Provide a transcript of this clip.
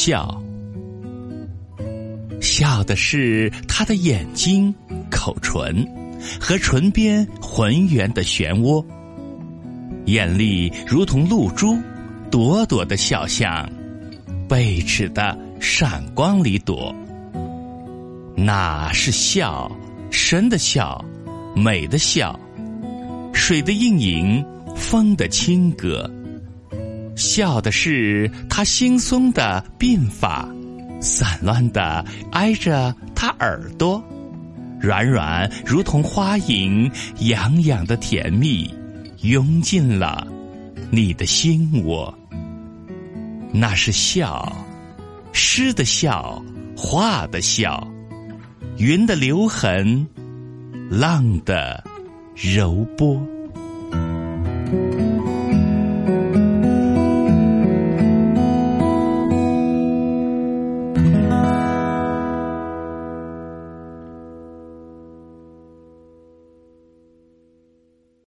笑。笑的是他的眼睛、口唇和唇边浑圆的漩涡，眼里如同露珠，朵朵的笑像贝齿的闪光里躲。那是笑，神的笑，美的笑，水的映影，风的轻歌。笑的是他惺忪的鬓发，散乱的挨着他耳朵，软软如同花影，痒痒的甜蜜涌进了你的心窝。那是笑，诗的笑，画的笑，云的留痕，浪的柔波。